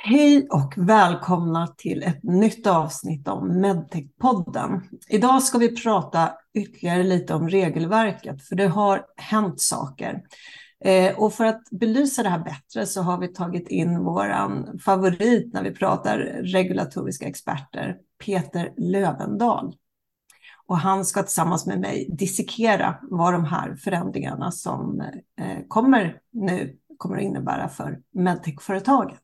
Hej och välkomna till ett nytt avsnitt av Medtech-podden. Idag ska vi prata ytterligare lite om regelverket, för det har hänt saker. Och för att belysa det här bättre så har vi tagit in våran favorit när vi pratar regulatoriska experter, Peter Lövendahl. Och han ska tillsammans med mig dissekera vad de här förändringarna som kommer att innebära för Medtech-företagen.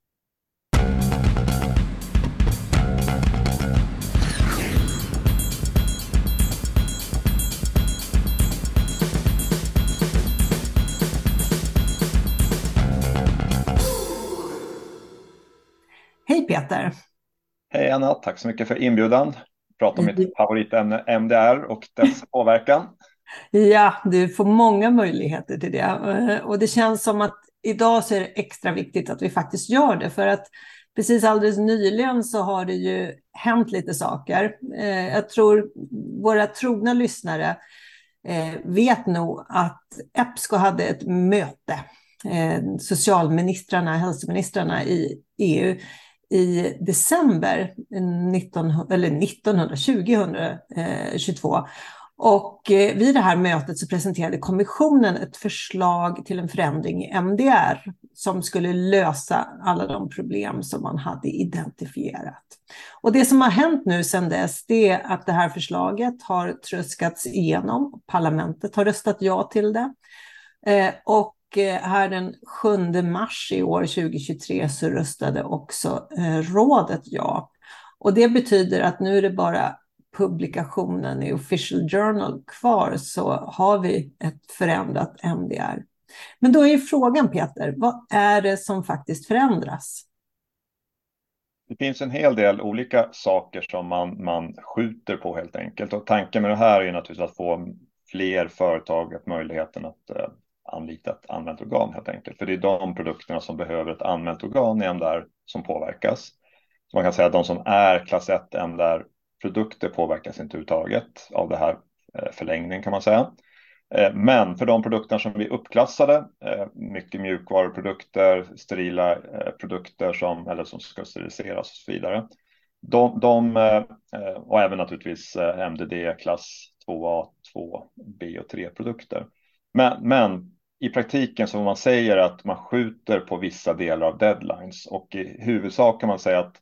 Hej Peter! Hej Anna, tack så mycket för inbjudan. Prata om mitt favoritämne MDR och dess påverkan. Ja, du får många möjligheter till det. Och det känns som att idag så är det extra viktigt att vi faktiskt gör det. För att precis alldeles nyligen så har det ju hänt lite saker. Jag tror våra trogna lyssnare vet nog att EPSCO hade ett möte. Socialministrarna, hälsoministrarna i EU i december 2022. Och vid det här mötet så presenterade kommissionen ett förslag till en förändring i MDR som skulle lösa alla de problem som man hade identifierat. Och det som har hänt nu sedan dess, det är att det här förslaget har tröskats igenom. Parlamentet har röstat ja till det. Och här den 7 mars i år 2023 så röstade också rådet ja. Och det betyder att nu är det bara publikationen i Official Journal kvar, så har vi ett förändrat MDR. Men då är frågan, Peter, vad är det som faktiskt förändras? Det finns en hel del olika saker som man skjuter på helt enkelt. Och tanken med det här är naturligtvis att få fler företag möjligheten att anlita ett använt organ helt enkelt. För det är de produkterna som behöver ett använt organ i MDR som påverkas. Så man kan säga att de som är klass 1 MDR-produkter påverkas inte överhuvudtaget av det här förlängningen kan man säga. Men för de produkter som blir uppklassade, mycket mjukvaruprodukter, sterila produkter som ska steriliseras och så vidare. Och även naturligtvis MDD klass 2A, 2B och 3-produkter. Men i praktiken så man säger att man skjuter på vissa delar av deadlines. Och i huvudsak kan man säga att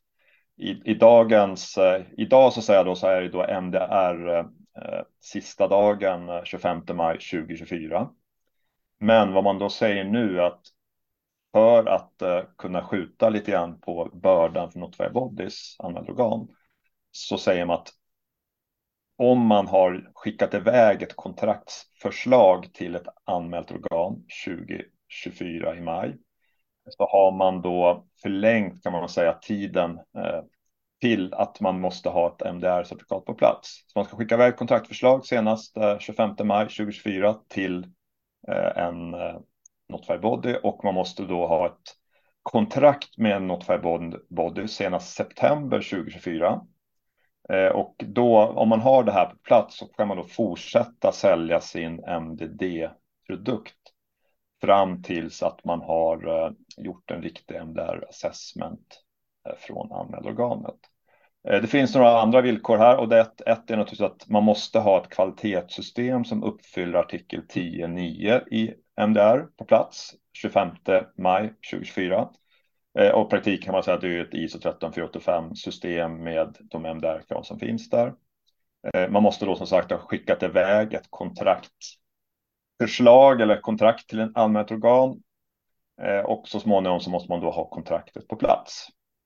idag så säger jag då så är det då MDR sista dagen 25 maj 2024. Men vad man då säger nu att för att kunna skjuta lite grann på bördan för Notified Bodies använd organ så säger man att om man har skickat iväg ett kontraktsförslag till ett anmält organ 2024 i maj så har man då förlängt kan man säga tiden till att man måste ha ett MDR-certifikat på plats. Så man ska skicka iväg kontraktförslag senast 25 maj 2024 till en Notified Body och man måste då ha ett kontrakt med en Notified Body senast september 2024. Och då om man har det här på plats så kan man då fortsätta sälja sin MDD-produkt fram tills att man har gjort en riktig MDR-assessment från anmälorganet. Det finns några andra villkor här och ett är naturligtvis att man måste ha ett kvalitetssystem som uppfyller artikel 10.9 i MDR på plats 25 maj 2024. Och praktik kan man säga att det är ett ISO 13485 system med de MDR-krav som finns där. Man måste då som sagt ha skickat iväg ett kontraktförslag eller kontrakt till en anmält organ. Och så småningom så måste man då ha kontraktet på plats.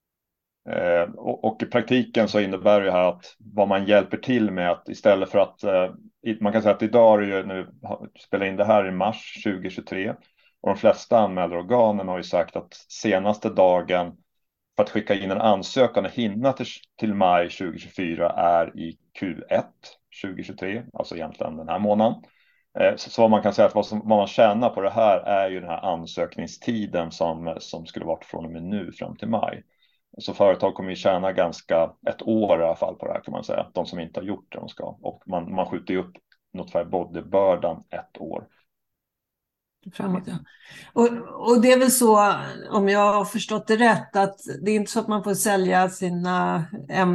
Och i praktiken så innebär det här att vad man hjälper till med att istället för att man kan säga att idag är det ju nu spelar in det här i mars 2023 och de flesta anmälda organen har ju sagt att senaste dagen för att skicka in en ansökan och hinna till maj 2024 är i Q1 2023, alltså egentligen den här månaden. Så man kan säga att vad man tjänar på det här är ju den här ansökningstiden som skulle varit från och med nu fram till maj. Så företag kommer ju tjäna ganska ett år i alla fall på det här kan man säga. De som inte har gjort det de ska. Och man skjuter ju upp Notified Body-bördan ett år. framåt, ja. Och det är väl så, om jag har förstått det rätt, att det är inte så att man får sälja sina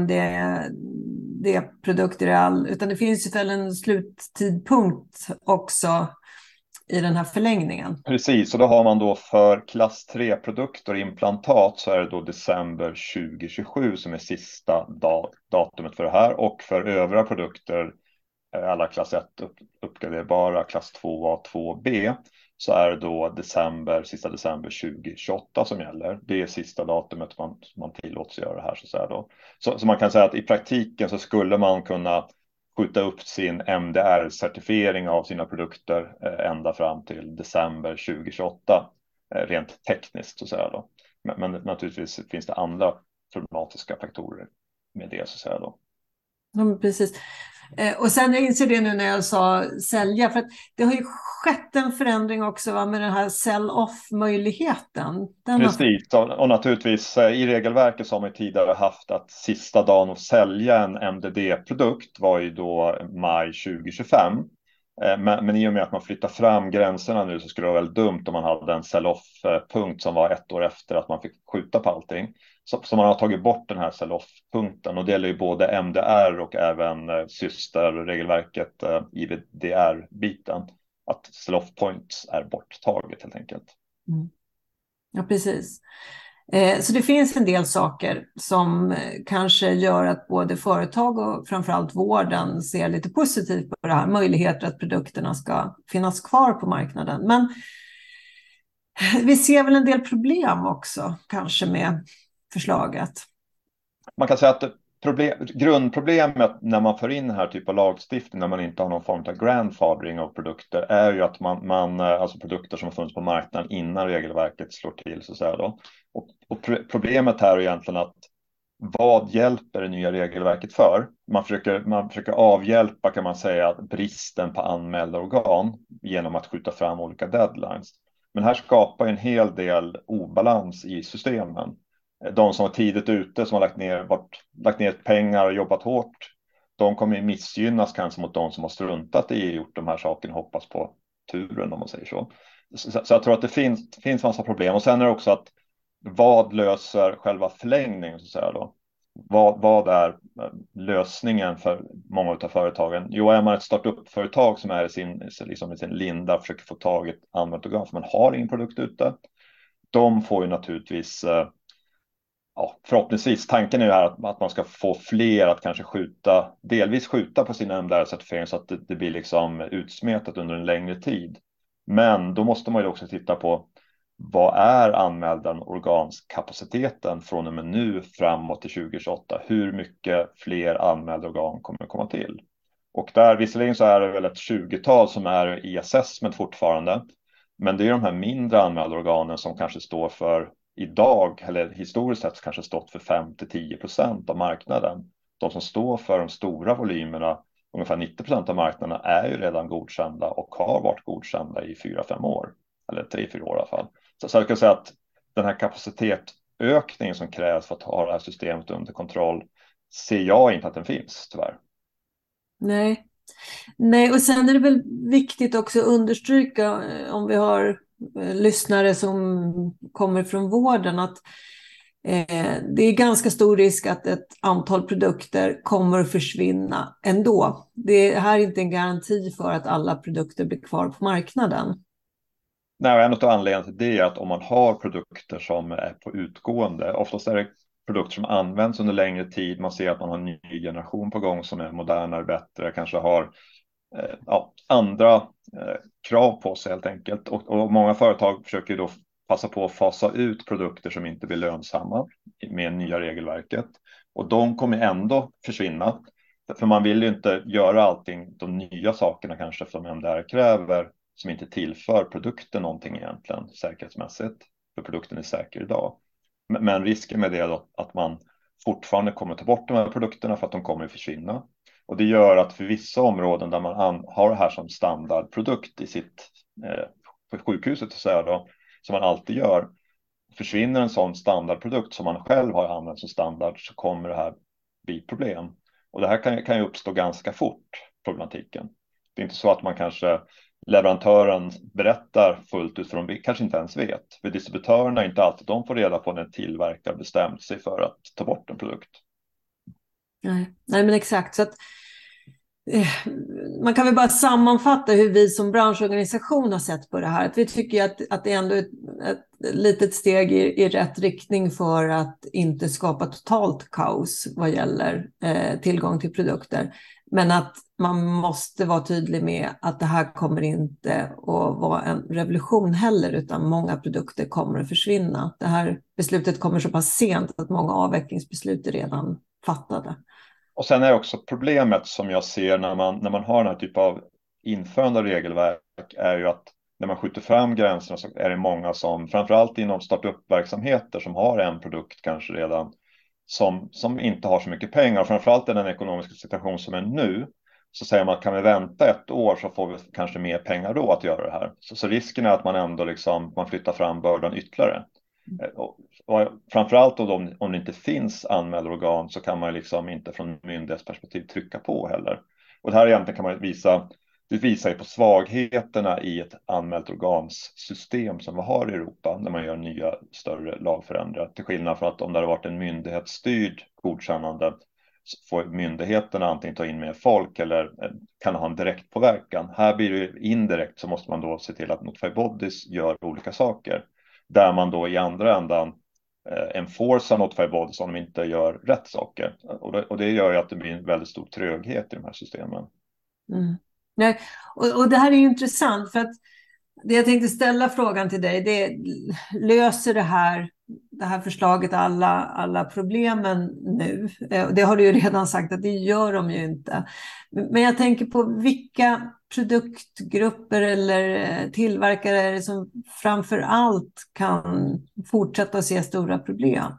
MDD-produkter utan det finns ju väl en sluttidpunkt också i den här förlängningen. Precis, och då har man då för klass 3-produkter och implantat så är det då december 2027 som är sista datumet för det här. Och för övriga produkter, alla klass 1 uppgraderbara, klass 2A, 2B, så är det då sista december 2028 som gäller. Det är sista datumet man tillåts göra det här, så att säga då. Så man kan säga att i praktiken så skulle man kunna skjuta upp sin MDR-certifiering av sina produkter ända fram till december 2028, rent tekniskt, så att säga då. Men naturligtvis finns det andra problematiska faktorer med det, så att säga då. Ja, precis. Och sen jag inser det nu när jag sa sälja, för att det har ju skett en förändring också med den här sell-off-möjligheten. Precis, och naturligtvis i regelverket så har man tidigare haft att sista dagen att sälja en MDD-produkt var ju då maj 2025. Men i och med att man flyttar fram gränserna nu så skulle det vara väldigt dumt om man hade en sell-off-punkt som var 1 år efter att man fick skjuta på allting. Så man har tagit bort den här sell-off-punkten, och det gäller ju både MDR och även systerregelverket, IVDR-biten. Att sell-off points är borttaget helt enkelt. Mm. Ja, precis. Så det finns en del saker som kanske gör att både företag och framförallt vården ser lite positivt på det här. Möjligheter att produkterna ska finnas kvar på marknaden. Men vi ser väl en del problem också kanske med förslaget. Man kan säga att grundproblemet när man för in den här typen av lagstiftning, när man inte har någon form av grandfathering av produkter, är ju att man alltså produkter som har funnits på marknaden innan regelverket slår till, så att säga då. Och problemet här är egentligen att vad hjälper det nya regelverket för? Man försöker avhjälpa, kan man säga, bristen på anmälda organ genom att skjuta fram olika deadlines. Men här skapar en hel del obalans i systemen. De som var tidigt ute, som har lagt ner pengar och jobbat hårt, de kommer missgynnas kanske mot de som har struntat i gjort de här sakerna och hoppas på turen, om man säger så. Så jag tror att det finns massa problem. Och sen är det också att vad löser själva förlängningen, så att säga då? Vad är lösningen för många av företagen? Jo, är man ett startup-företag som är i sin linda, försöker få tag i ett använt organ för man har ingen produkt ute. De får ju naturligtvis, förhoppningsvis, tanken är ju här att man ska få fler att kanske delvis skjuta på sin MDR-certifiering så att det blir liksom utsmetat under en längre tid. Men då måste man ju också titta på vad är anmälda organskapaciteten från och med nu framåt till 2028? Hur mycket fler anmälda organ kommer att komma till? Och där visserligen så är det väl ett 20-tal som är i assessment fortfarande. Men det är de här mindre anmälda organen som kanske står för idag, eller historiskt sett kanske stått för 5-10% av marknaden. De som står för de stora volymerna, ungefär 90% av marknaden, är ju redan godkända och har varit godkända i 4-5 år. Eller 3-4 år i alla fall. Så jag kan säga att den här kapacitetökningen som krävs för att ha det här systemet under kontroll ser jag inte att den finns, tyvärr. Nej, och sen är det väl viktigt också att understryka, om vi har lyssnare som kommer från vården, att det är ganska stor risk att ett antal produkter kommer att försvinna ändå. Det här är inte en garanti för att alla produkter blir kvar på marknaden. Nej, en av anledningarna till det är att om man har produkter som är på utgående, oftast är det produkter som används under längre tid, man ser att man har en ny generation på gång som är modernare, bättre, kanske har andra krav på sig helt enkelt. Och många företag försöker då passa på att fasa ut produkter som inte blir lönsamma med nya regelverket. Och de kommer ändå försvinna. För man vill ju inte göra allting, de nya sakerna kanske som MDR kräver, som inte tillför produkten någonting egentligen säkerhetsmässigt. För produkten är säker idag. Men risken med det är då att man fortfarande kommer ta bort de här produkterna för att de kommer att försvinna. Och det gör att för vissa områden där man har det här som standardprodukt i sitt på sjukhuset, så säga då, som man alltid gör, försvinner en sån standardprodukt som man själv har använt som standard, så kommer det här bli problem. Och det här kan ju uppstå ganska fort, problematiken. Det är inte så att man kanske leverantören berättar fullt ut, för de kanske inte ens vet. För distributörerna är inte alltid de får reda på när en tillverkare bestämt sig för att ta bort en produkt. Nej, men exakt. Så att, man kan väl bara sammanfatta hur vi som branschorganisation har sett på det här. Att vi tycker att det är ändå ett litet steg i rätt riktning för att inte skapa totalt kaos vad gäller tillgång till produkter. Men att man måste vara tydlig med att det här kommer inte att vara en revolution heller, utan många produkter kommer att försvinna. Det här beslutet kommer så pass sent att många avvecklingsbeslut är redan fattade. Och sen är också problemet som jag ser när man har den här typen av införande regelverk är ju att när man skjuter fram gränserna så är det många som, framförallt inom startup-verksamheter som har en produkt kanske redan, som inte har så mycket pengar. Och framförallt i den ekonomiska situation som är nu så säger man att kan vi vänta ett år så får vi kanske mer pengar då att göra det här. Så risken är att man ändå man flyttar fram bördan ytterligare. Och framförallt om det inte finns anmälarorgan så kan man liksom inte från myndighetsperspektiv trycka på heller. Och det här egentligen kan man det visar ju på svagheterna i ett anmält organssystem som vi har i Europa när man gör nya större lagförändringar. Till skillnad från att om det hade varit en myndighetsstyrd godkännande så får myndigheterna antingen ta in mer folk eller kan ha en direkt påverkan. Här blir det indirekt, så måste man då se till att Notified Bodies gör olika saker. Där man då i andra ändan enforcar Notified Bodies om de inte gör rätt saker. Och det gör ju att det blir en väldigt stor tröghet i de här systemen. Mm. Nej, och det här är ju intressant, för att det jag tänkte ställa frågan till dig, det löser det här förslaget alla problemen nu? Det har du ju redan sagt att det gör de ju inte. Men jag tänker på vilka produktgrupper eller tillverkare är det som framför allt kan fortsätta att se stora problem?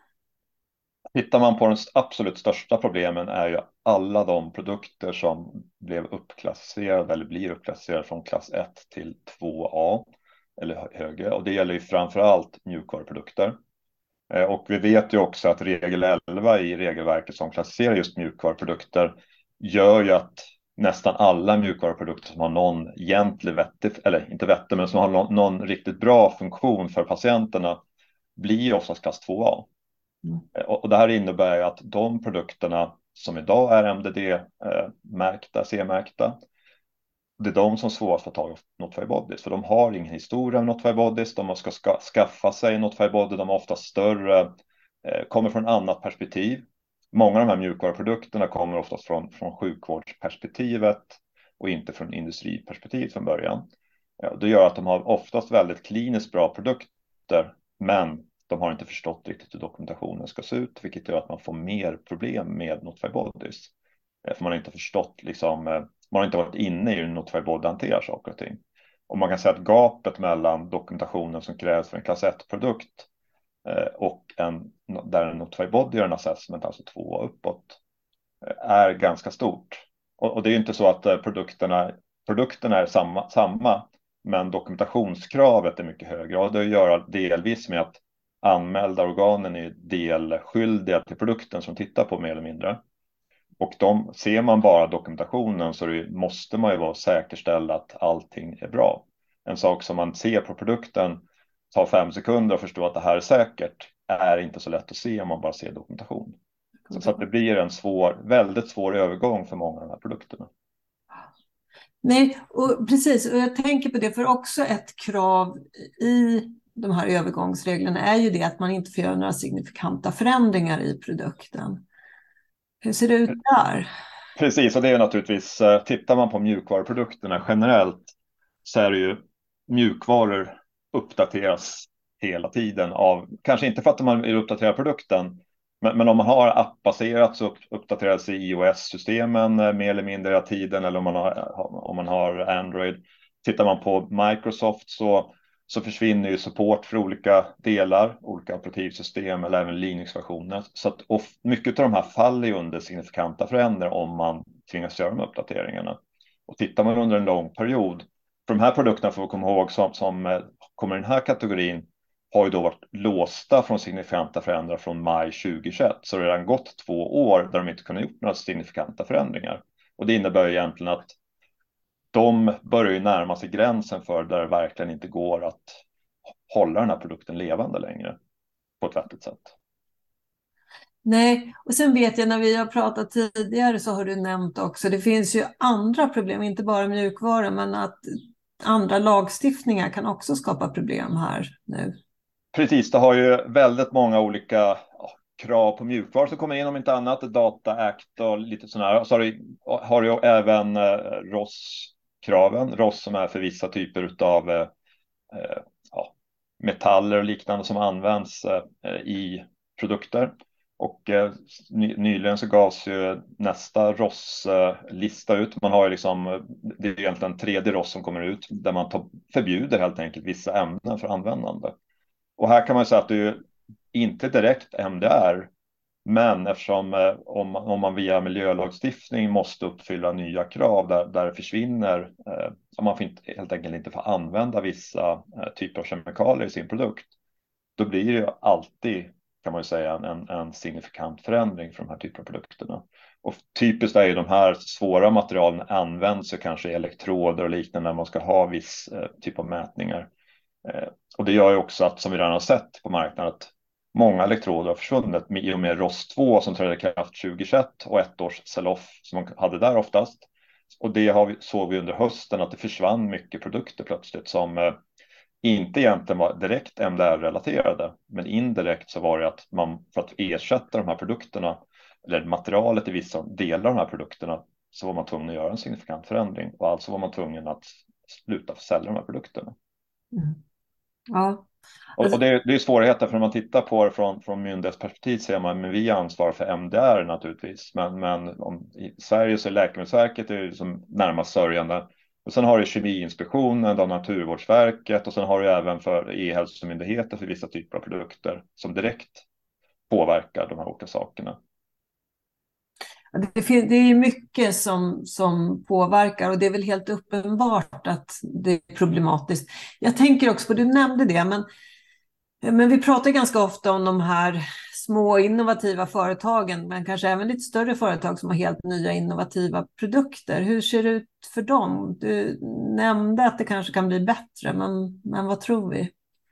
Tittar man på de absolut största problemen är ju alla de produkter som blev uppklassificerade eller blir uppklassificerade från klass 1 till 2A eller högre. Och det gäller ju framför allt mjukvaruprodukter. Och vi vet ju också att regel 11 i regelverket som klassificerar just mjukvaruprodukter gör ju att nästan alla mjukvaruprodukter som har någon egentlig vettig, eller inte vettig, men som har någon riktigt bra funktion för patienterna blir oftast klass 2A. Och det här innebär ju att de produkterna som idag är MDD-märkta, C-märkta, det är de som svårast får tag i Notified Bodies. För de har ingen historia med Notified Bodies, de ska skaffa sig Notified Body, de är ofta större, kommer från ett annat perspektiv. Många av de här mjukvaruprodukterna kommer oftast från sjukvårdsperspektivet och inte från industriperspektivet från början. Det gör att de har oftast väldigt kliniskt bra produkter, men de har inte förstått riktigt hur dokumentationen ska se ut, vilket gör att man får mer problem med Notified Bodies. För man har inte förstått, man har inte varit inne i hur Notified Body hanterar saker och ting. Och man kan säga att gapet mellan dokumentationen som krävs för en klass 1-produkt och där en Notified Body gör en assessment, alltså 2 uppåt, är ganska stort. Och det är ju inte så att produkterna är samma, men dokumentationskravet är mycket högre. Och det gör delvis med att anmälda organen är delskyldiga till produkten som tittar på mer eller mindre. Och ser man bara dokumentationen så måste man ju säkerställa att allting är bra. En sak som man ser på produkten tar 5 sekunder att förstå att det här är säkert är inte så lätt att se om man bara ser dokumentation. Så att det blir en väldigt svår övergång för många av de här produkterna. Nej, och precis. Och jag tänker på det, för också ett krav i de här övergångsreglerna är ju det att man inte får göra några signifikanta förändringar i produkten. Hur ser det ut där? Precis, och det är naturligtvis, tittar man på mjukvaruprodukterna generellt så är det ju mjukvaror uppdateras hela tiden kanske inte för att man vill uppdatera produkten, men om man har appbaserat så uppdateras i iOS-systemen mer eller mindre hela tiden, eller om man har Android. Tittar man på Microsoft så försvinner ju support för olika delar, olika operativsystem eller även Linux-versioner. Så att mycket av de här faller under signifikanta förändringar om man tvingas göra de uppdateringarna. Och tittar man under en lång period, för de här produkterna får vi komma ihåg som kommer i den här kategorin har ju då varit låsta från signifikanta förändringar från maj 2021. Så det har redan gått 2 år där de inte kunnat gjort några signifikanta förändringar. Och det innebär ju egentligen att de börjar ju närma sig gränsen för där det verkligen inte går att hålla den här produkten levande längre på ett vettigt sätt. Nej, och sen vet jag när vi har pratat tidigare så har du nämnt också, det finns ju andra problem, inte bara mjukvara, men att andra lagstiftningar kan också skapa problem här nu. Precis, det har ju väldigt många olika krav på mjukvara som kommer in, om inte annat, Data Act och lite sådana här. Så har du även ROS-kraven, ROS som är för vissa typer av metaller och liknande som används i produkter. Och nyligen så gavs ju nästa ROS-lista ut. Man har ju liksom, det är egentligen tredje ROS som kommer ut där man förbjuder helt enkelt vissa ämnen för användande. Och här kan man säga att det är ju inte direkt MDR, men eftersom om man via miljölagstiftning måste uppfylla nya krav där det försvinner, man får helt enkelt inte få använda vissa typer av kemikalier i sin produkt, då blir det ju alltid, kan man ju säga, en signifikant förändring för de här typerna av produkterna. Och typiskt är ju de här svåra materialen används ju kanske i elektroder och liknande när man ska ha viss typ av mätningar. Och det gör ju också att, som vi redan har sett på marknaden, att många elektroder har försvunnit i och med ROS2 som trädde i kraft 2021 och ett års sell-off som man hade där oftast. Och det såg vi under hösten att det försvann mycket produkter plötsligt som inte egentligen var direkt MDR-relaterade, men indirekt så var det att man för att ersätta de här produkterna eller materialet i vissa delar av de här produkterna så var man tvungen att göra en signifikant förändring och alltså var man tvungen att sluta sälja de här produkterna. Mm. Ja. Och det är svårigheter, för när man tittar på det från myndighetsperspektiv ser man att vi ansvarar för MDR naturligtvis. Men i Sverige så är Läkemedelsverket är som närmast sörjande. Och sen har du Kemiinspektionen, då Naturvårdsverket och sen har du även för E-hälsomyndigheter för vissa typer av produkter som direkt påverkar de här olika sakerna. Det är mycket som påverkar och det är väl helt uppenbart att det är problematiskt. Jag tänker också på, du nämnde det, men vi pratar ganska ofta om de här små innovativa företagen, men kanske även lite större företag som har helt nya innovativa produkter. Hur ser det ut för dem? Du nämnde att det kanske kan bli bättre, men vad tror vi?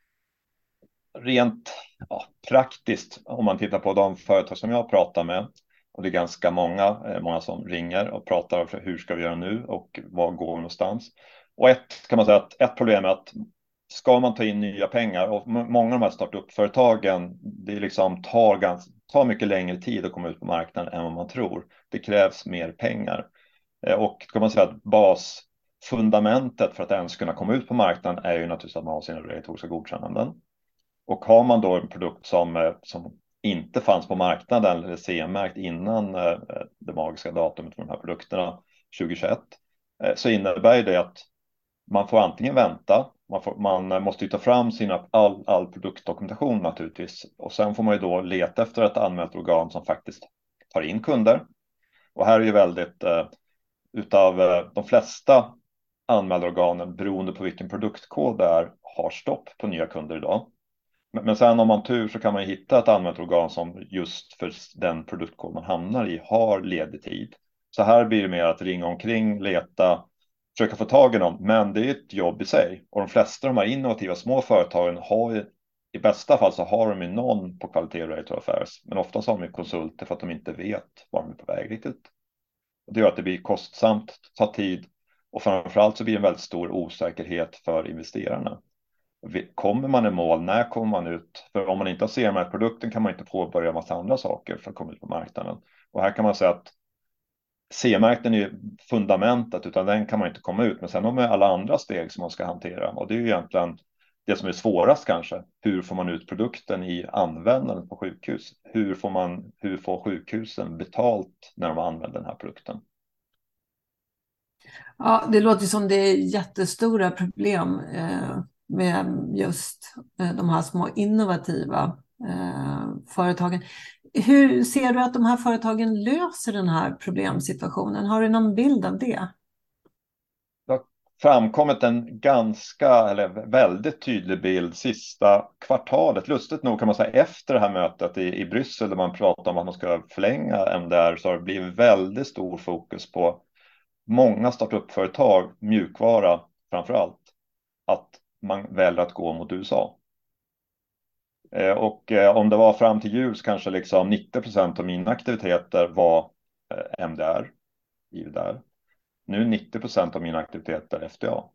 Rent praktiskt, om man tittar på de företag som jag pratar med, och det är ganska många som ringer och pratar om hur ska vi göra nu och var går vi någonstans. Och kan man säga att ett problem är att ska man ta in nya pengar, och många av de här startup-företagen, det liksom tar mycket längre tid att komma ut på marknaden än vad man tror. Det krävs mer pengar. Och kan man säga att basfundamentet för att ens kunna komma ut på marknaden är ju naturligtvis att man har sina regulatoriska godkännanden. Och har man då en produkt som inte fanns på marknaden eller CE-märkt innan det magiska datumet för de här produkterna 2021, så innebär det att man får antingen vänta, man måste ju ta fram all produktdokumentation naturligtvis, och sen får man ju då leta efter ett anmält organ som faktiskt tar in kunder. Och här är ju väldigt utav de flesta anmälda organen, beroende på vilken produktkod det är, har stopp på nya kunder idag. Men sen om man tur så kan man hitta ett anmält organ som just för den produktkod man hamnar i har ledig tid. Så här blir det mer att ringa omkring, leta, försöka få tag i någon, men det är ett jobb i sig. Och de flesta av de här innovativa små företagen har ju, i bästa fall så har de ju någon på kvalitet och regulatory affairs, men oftast har de ju konsulter för att de inte vet var de är på väg riktigt. Och det gör att det blir kostsamt, tar tid och framförallt så blir det en väldigt stor osäkerhet för investerarna. Kommer man i mål? När kommer man ut? För om man inte har CE-märkt produkten kan man inte påbörja en massa andra saker för att komma ut på marknaden. Och här kan man säga att CE-märkten är ju fundamentet, utan den kan man inte komma ut. Men sen har man alla andra steg som man ska hantera. Och det är ju egentligen det som är svårast kanske. Hur får man ut produkten i användandet på sjukhus? Hur får sjukhusen betalt när de använder den här produkten? Ja, det låter som det är jättestora problem med just de här små innovativa företagen. Hur ser du att de här företagen löser den här problemsituationen? Har du någon bild av det? Det har framkommit en väldigt tydlig bild sista kvartalet. Lustigt nog kan man säga efter det här mötet i Bryssel där man pratar om att man ska förlänga MDR, så har det blivit väldigt stor fokus på många startup-företag, mjukvara framför allt, att man väljer att gå mot USA. Och om det var fram till jul så kanske liksom 90% av mina aktiviteter var MDR i det där. Nu är 90% av mina aktiviteter FDA.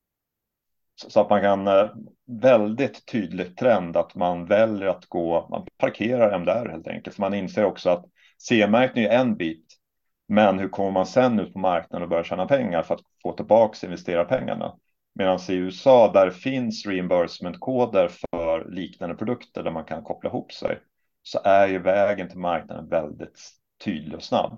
Så att man kan, väldigt tydlig trend att man väljer att gå, man parkerar MDR helt enkelt. För man inser också att CE-märkning är en bit. Men hur kommer man sen ut på marknaden och börja tjäna pengar för att få tillbaka investerarpengarna? Medan i USA där finns reimbursement-koder för liknande produkter där man kan koppla ihop sig, så är ju vägen till marknaden väldigt tydlig och snabb.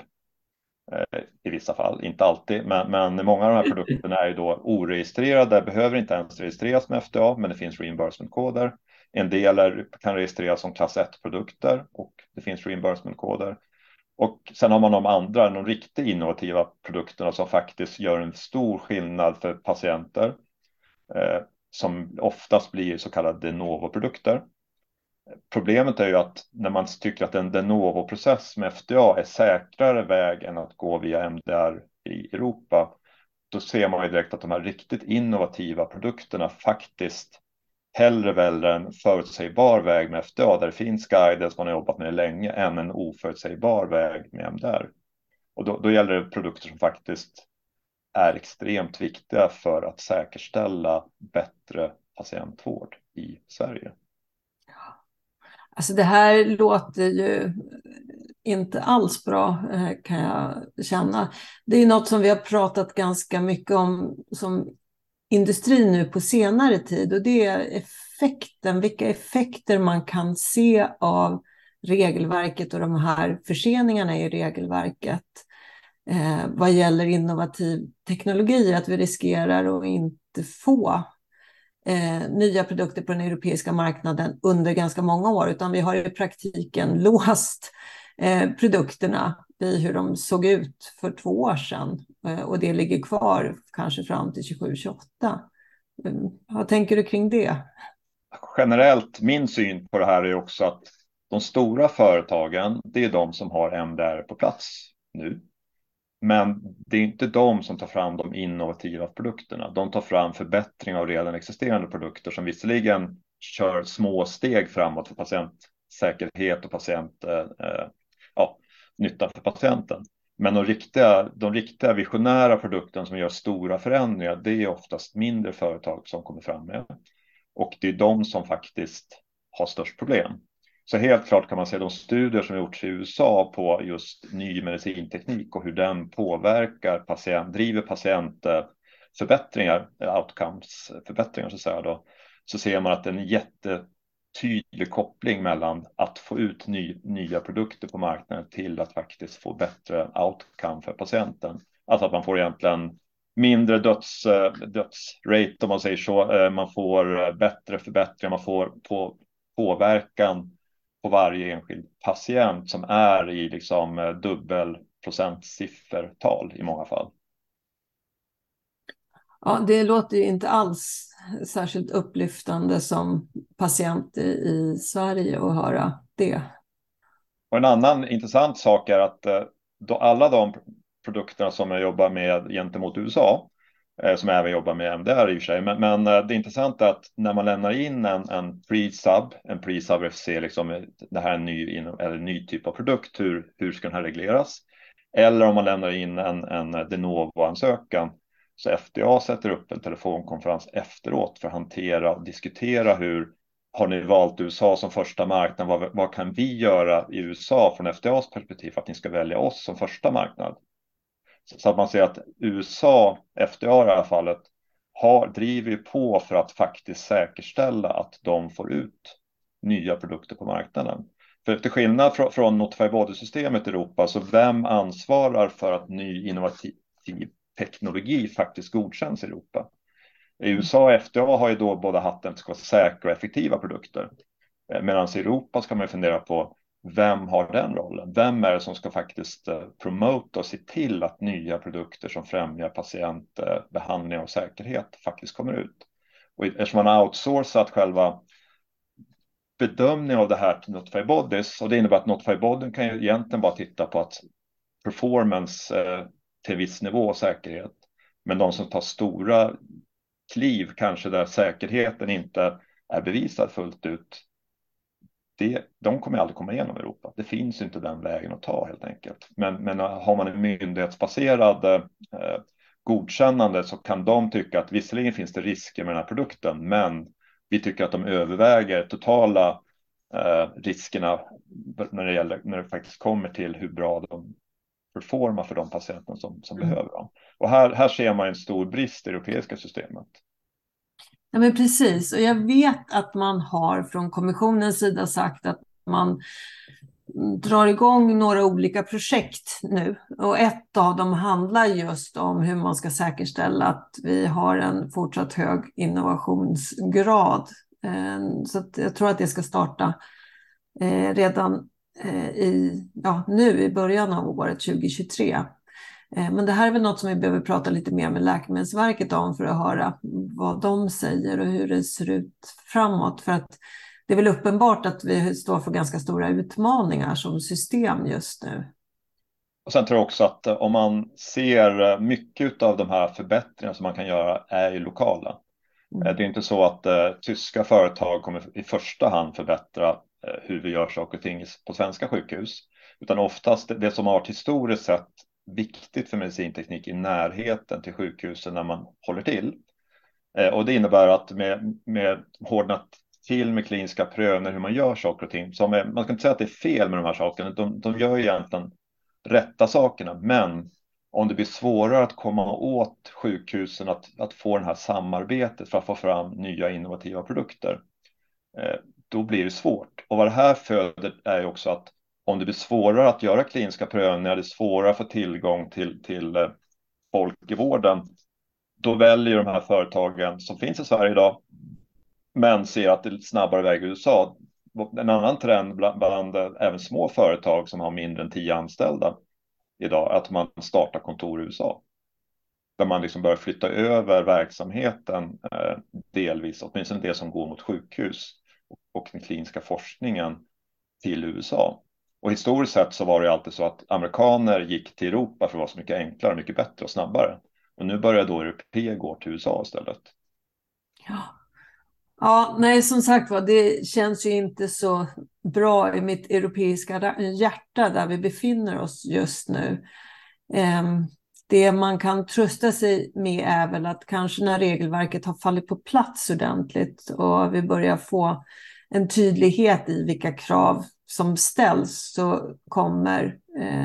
I vissa fall, inte alltid, men många av de här produkterna är ju då oregistrerade, behöver inte ens registreras med FDA, men det finns reimbursement-koder. En del kan registreras som klass 1-produkter och det finns reimbursement-koder. Och sen har man de andra, de riktigt innovativa produkterna som faktiskt gör en stor skillnad för patienter, som oftast blir så kallade de novo-produkter. Problemet är ju att när man tycker att en de novo-process med FDA är säkrare väg än att gå via MDR i Europa, då ser man ju direkt att de här riktigt innovativa produkterna faktiskt hellre väljer en förutsägbar väg med FDA där det finns guidance man har jobbat med länge än en oförutsägbar väg med MDR. Och då gäller det produkter som faktiskt är extremt viktiga för att säkerställa bättre patientvård i Sverige. Alltså det här låter ju inte alls bra, kan jag känna. Det är något som vi har pratat ganska mycket om som industri nu på senare tid, och det är effekten, vilka effekter man kan se av regelverket och de här förseningarna i regelverket vad gäller innovativ teknologi, att vi riskerar att inte få nya produkter på den europeiska marknaden under ganska många år, utan vi har i praktiken låst produkterna i hur de såg ut för 2 år sedan, och det ligger kvar kanske fram till 27-28. Vad tänker du kring det? Generellt, min syn på det här är också att de stora företagen, det är de som har MDR på plats nu. Men det är inte de som tar fram de innovativa produkterna. De tar fram förbättring av redan existerande produkter som visserligen kör små steg framåt för patientsäkerhet och nytta för patienten. Men de riktiga visionära produkterna som gör stora förändringar, det är oftast mindre företag som kommer fram med. Och det är de som faktiskt har störst problem. Så helt klart kan man se de studier som gjorts i USA på just ny medicinteknik och hur den påverkar driver patientförbättringar, outcomes-förbättringar så att säga då. Så ser man att det är en jättetydlig koppling mellan att få ut nya produkter på marknaden till att faktiskt få bättre outcome för patienten. Alltså att man får egentligen mindre dödsrate om man säger så. Man får bättre förbättringar, man får påverkan på varje enskild patient som är i liksom dubbelprocentsiffertal i många fall. Ja, det låter ju inte alls särskilt upplyftande som patient i Sverige att höra det. Och en annan intressant sak är att då alla de produkterna som jag jobbar med gentemot USA, som även jobbar med MDR i och för sig, men det intressanta är att när man lämnar in en pre-sub FCC, liksom, det här är en ny typ av produkt, hur ska den här regleras? Eller om man lämnar in en de novo-ansökan, så FDA sätter upp en telefonkonferens efteråt för att hantera och diskutera har ni valt USA som första marknad? Vad kan vi göra i USA från FDAs perspektiv för att ni ska välja oss som första marknad? Så att man ser att USA, FDA i det här fallet, driver på för att faktiskt säkerställa att de får ut nya produkter på marknaden. För till skillnad från Notify Body-systemet i Europa, så vem ansvarar för att ny innovativ teknologi faktiskt godkänns i Europa? I USA och FDA har ju då båda haft en ska säkra och effektiva produkter. Medan i Europa ska man fundera på vem har den rollen? Vem är det som ska faktiskt promota och se till att nya produkter som främjar patientbehandling och säkerhet faktiskt kommer ut? Och eftersom man har outsourcat själva bedömningen av det här till Notify Bodies, och det innebär att Notify Body kan ju egentligen bara titta på att performance till viss nivå av säkerhet. Men de som tar stora kliv, kanske där säkerheten inte är bevisad fullt ut, de kommer aldrig komma igenom Europa. Det finns inte den vägen att ta helt enkelt. Men har man en myndighetsbaserad godkännande så kan de tycka att visserligen finns det risker med den här produkten, men vi tycker att de överväger totala riskerna när det faktiskt kommer till hur bra de performar för de patienter som behöver dem. Och här ser man en stor brist i det europeiska systemet. Ja, men precis. Och jag vet att man har från kommissionens sida sagt att man drar igång några olika projekt nu. Och ett av dem handlar just om hur man ska säkerställa att vi har en fortsatt hög innovationsgrad. Så att jag tror att det ska starta redan nu i början av året 2023. Men det här är väl något som vi behöver prata lite mer med Läkemedelsverket om för att höra vad de säger och hur det ser ut framåt. För att det är väl uppenbart att vi står för ganska stora utmaningar som system just nu. Och sen tror jag också att om man ser mycket av de här förbättringarna som man kan göra är ju lokala. Det är inte så att tyska företag kommer i första hand förbättra hur vi gör saker och ting på svenska sjukhus. Utan oftast det som har varit historiskt sett viktigt för medicinteknik i närheten till sjukhusen när man håller till. Och det innebär att med hårdnat till med kliniska prövningar hur man gör saker och ting. Man kan inte säga att det är fel med de här sakerna. De gör egentligen rätta sakerna. Men om det blir svårare att komma åt sjukhusen att få det här samarbetet för att få fram nya innovativa produkter, då blir det svårt. Och vad det här föder är också att om det blir svårare att göra kliniska prövningar, det är svårare att få tillgång till folk i vården, då väljer de här företagen som finns i Sverige idag, men ser att det är snabbare väg i USA. En annan trend bland även små företag som har mindre än 10 anställda idag, att man startar kontor i USA. Där man liksom börjar flytta över verksamheten delvis, åtminstone det som går mot sjukhus och den kliniska forskningen till USA. Och historiskt sett så var det alltid så att amerikaner gick till Europa för att det var så mycket enklare, mycket bättre och snabbare. Och nu börjar då européer gå till USA istället. Ja, nej, som sagt var, det känns ju inte så bra i mitt europeiska hjärta där vi befinner oss just nu. Det man kan trösta sig med är väl att kanske när regelverket har fallit på plats ordentligt och vi börjar få en tydlighet i vilka krav som ställs, så kommer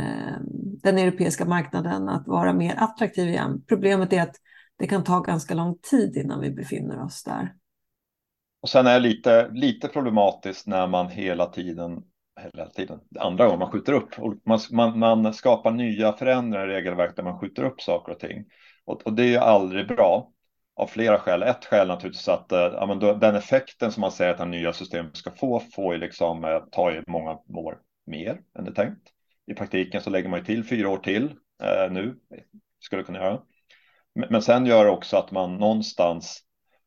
den europeiska marknaden att vara mer attraktiv igen. Problemet är att det kan ta ganska lång tid innan vi befinner oss där. Och sen är det lite problematiskt när man hela tiden, andra gånger man skjuter upp. Och man skapar nya förändringar i regelverk där man skjuter upp saker och ting. Och det är ju aldrig bra av flera skäl. Ett skäl naturligtvis att den effekten som man säger att det nya systemet ska får ju liksom ta ju många år mer än det tänkt. I praktiken så lägger man ju till 4 år till nu, skulle kunna göra. Men sen gör det också att man någonstans,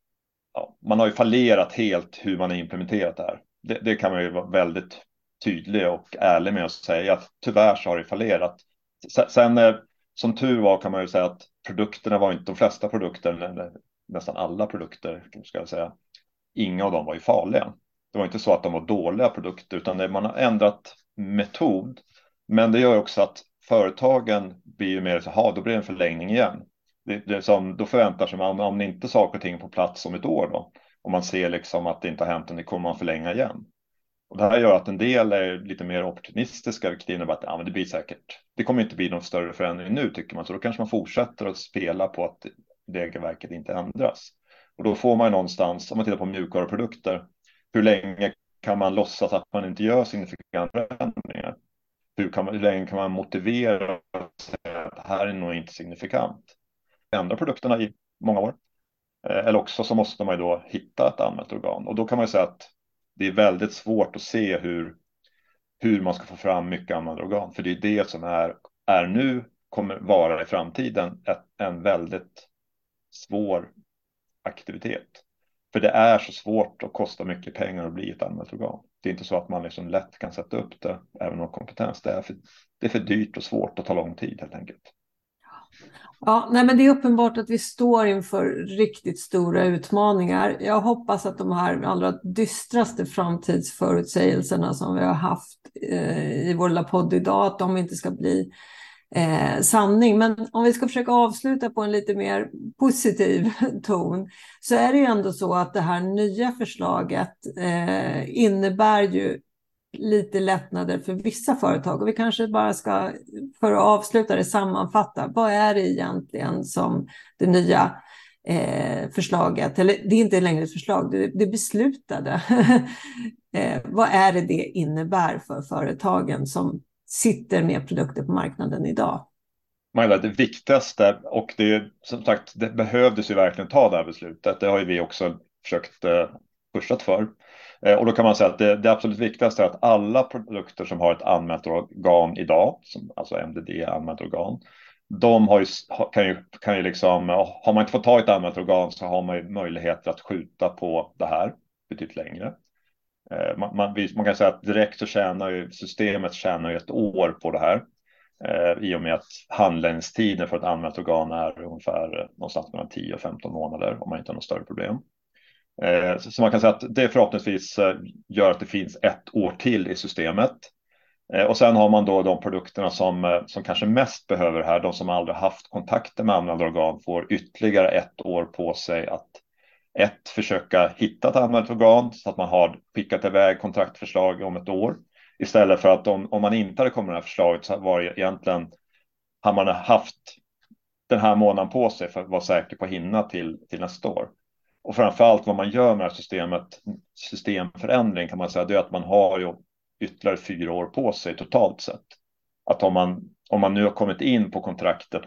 man har ju fallerat helt hur man har implementerat det här. Det kan man ju vara väldigt tydlig och ärlig med att säga att tyvärr så har det fallerat. Sen som tur var kan man ju säga att produkterna var inte, de flesta produkter, eller nästan alla produkter ska jag säga, inga av dem var ju farliga. Det var inte så att de var dåliga produkter, utan man har ändrat metod. Men det gör också att företagen blir ju mer så, då blir det en förlängning igen. Då förväntar sig man, om det inte saker och ting på plats om ett år då, om man ser liksom att det inte har hänt, och det kommer man förlänga igen. Och det här gör att en del är lite mer opportunistiska, vilket innebär att men det blir säkert, det kommer inte bli någon större förändring nu, tycker man. Så då kanske man fortsätter att spela på att regelverket inte ändras. Och då får man någonstans, om man tittar på mjukvaruprodukter, hur länge kan man låtsas att man inte gör signifikanta förändringar? Hur länge kan man motivera och säga att det här är nog inte signifikant? Ändra produkterna i många år. Eller också så måste man ju då hitta ett anmält organ. Och då kan man ju säga att det är väldigt svårt att se hur man ska få fram mycket anmälda organ. För det är det som är nu, kommer vara i framtiden en väldigt svår aktivitet. För det är så svårt och kostar mycket pengar att bli ett anmält organ. Det är inte så att man liksom lätt kan sätta upp det även om kompetens. Det är för dyrt och svårt att ta lång tid helt enkelt. Ja, nej, men det är uppenbart att vi står inför riktigt stora utmaningar. Jag hoppas att de här allra dystraste framtidsförutsägelserna som vi har haft i vår lilla podd idag, att de inte ska bli sanning. Men om vi ska försöka avsluta på en lite mer positiv ton, så är det ju ändå så att det här nya förslaget innebär ju lite lättnader för vissa företag. Och vi kanske bara ska, för att avsluta det, sammanfatta. Vad är det egentligen som det nya förslaget, eller det är inte längre ett förslag, det beslutade. Vad är det innebär för företagen som sitter med produkter på marknaden idag? Maila, det viktigaste, och det är som sagt, det behövdes ju verkligen ta det här beslutet. Det har ju vi också försökt pushat för. Och då kan man säga att det absolut viktigaste är att alla produkter som har ett anmält organ idag, som, alltså MDD, anmält organ, de har kan ju liksom, har man inte fått ta ett anmält organ så har man ju möjlighet att skjuta på det här betydligt längre. Man kan säga att direkt så tjänar ju systemet ett år på det här. I och med att handläggningstiden för ett anmält organ är ungefär någonstans mellan 10 och 15 månader om man inte har något större problem. Så man kan säga att det förhoppningsvis gör att det finns ett år till i systemet. Och sen har man då de produkterna som kanske mest behöver det här. De som aldrig haft kontakter med anmälda organ får ytterligare ett år på sig att försöka hitta ett anmält organ så att man har skickat iväg kontraktförslag om ett år. Istället för att om man inte hade kommit med det här förslaget så var det egentligen, har man haft den här månaden på sig för att vara säker på att hinna till nästa år. Och framförallt vad man gör med det här systemförändring kan man säga, det är att man har ju ytterligare 4 år på sig totalt sett. Att om man nu har kommit in på kontraktet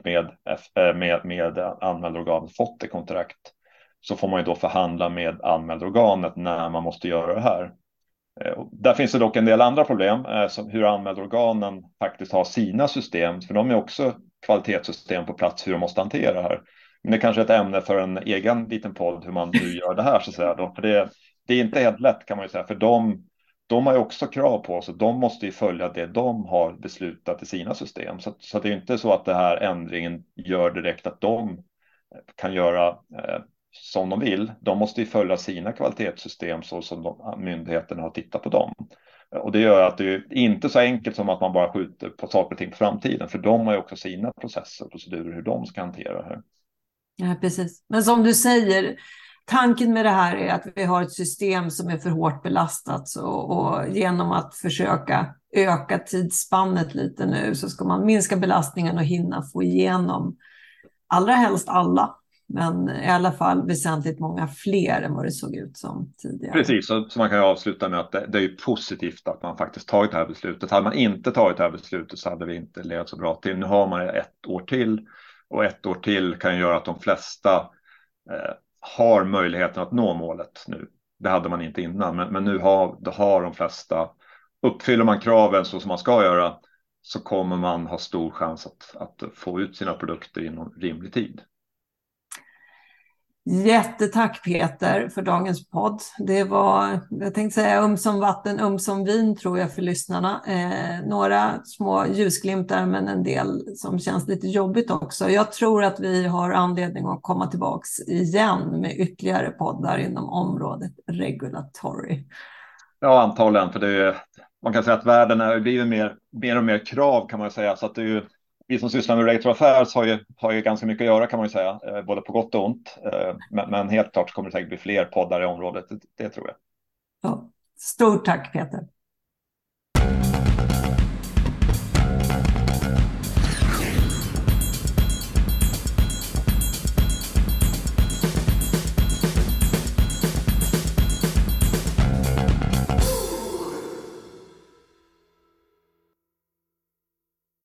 med anmälda organet, fått ett kontrakt, så får man ju då förhandla med anmälda organet när man måste göra det här. Där finns det dock en del andra problem, som hur anmälda organen faktiskt har sina system, för de är också kvalitetssystem på plats hur de måste hantera det här. Men det är kanske ett ämne för en egen liten podd hur man nu gör det här så att säga. För det är inte helt lätt kan man ju säga, för de har ju också krav på sig. De måste ju följa det de har beslutat i sina system. Så det är inte så att det här ändringen gör direkt att de kan göra som de vill. De måste ju följa sina kvalitetssystem så som myndigheterna har tittat på dem. Och det gör att det är inte så enkelt som att man bara skjuter på saker och ting på framtiden. För de har ju också sina processer och procedurer hur de ska hantera det här. Ja, precis. Men som du säger, tanken med det här är att vi har ett system som är för hårt belastat. Och genom att försöka öka tidsspannet lite nu så ska man minska belastningen och hinna få igenom allra helst alla. Men i alla fall väsentligt många fler än vad det såg ut som tidigare. Precis, så man kan ju avsluta med att det är ju positivt att man faktiskt tagit det här beslutet. Hade man inte tagit det här beslutet så hade vi inte levat så bra till. Nu har man ett år till, och ett år till kan göra att de flesta har möjligheten att nå målet nu. Det hade man inte innan, men nu har de flesta, uppfyller man kraven så som man ska göra, så kommer man ha stor chans att få ut sina produkter inom rimlig tid. Jättetack Peter för dagens podd. Det var, jag tänkte säga, som vatten, som vin tror jag för lyssnarna. Några små ljusglimtar men en del som känns lite jobbigt också. Jag tror att vi har anledning att komma tillbaks igen med ytterligare poddar inom området regulatory. Ja, antagligen, för man kan säga att världen är blivit mer och mer krav kan man säga, så att det är ju vi som sysslar med regulatory affairs har ju ganska mycket att göra kan man ju säga, både på gott och ont. Men helt klart kommer det säkert bli fler poddar i området, det tror jag. Ja, stort tack Peter.